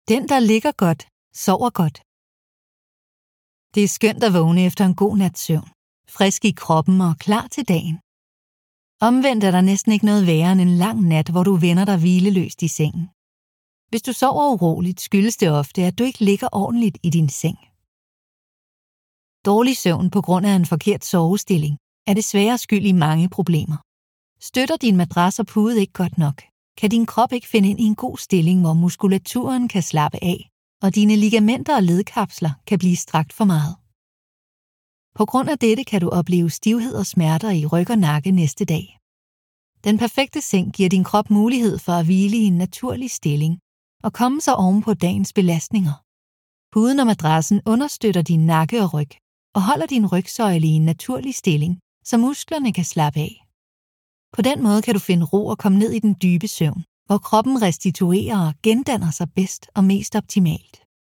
Den, der ligger godt, sover godt. Det er skønt at vågne efter en god nats søvn, frisk i kroppen og klar til dagen. Omvendt er der næsten ikke noget værre end en lang nat, hvor du vender dig hvileløst i sengen. Hvis du sover uroligt, skyldes det ofte, at du ikke ligger ordentligt i din seng. Dårlig søvn på grund af en forkert sovestilling er desværre skyld i mange problemer. Støtter din madras og pude ikke godt nok, kan din krop ikke finde ind i en god stilling, hvor muskulaturen kan slappe af, og dine ligamenter og ledkapsler kan blive strakt for meget. På grund af dette kan du opleve stivhed og smerter i ryg og nakke næste dag. Den perfekte seng giver din krop mulighed for at hvile i en naturlig stilling og komme sig oven på dagens belastninger. Puden og madrassen understøtter din nakke og ryg og holder din rygsøjle i en naturlig stilling, så musklerne kan slappe af. På den måde kan du finde ro og komme ned i den dybe søvn, hvor kroppen restituerer og gendanner sig bedst og mest optimalt.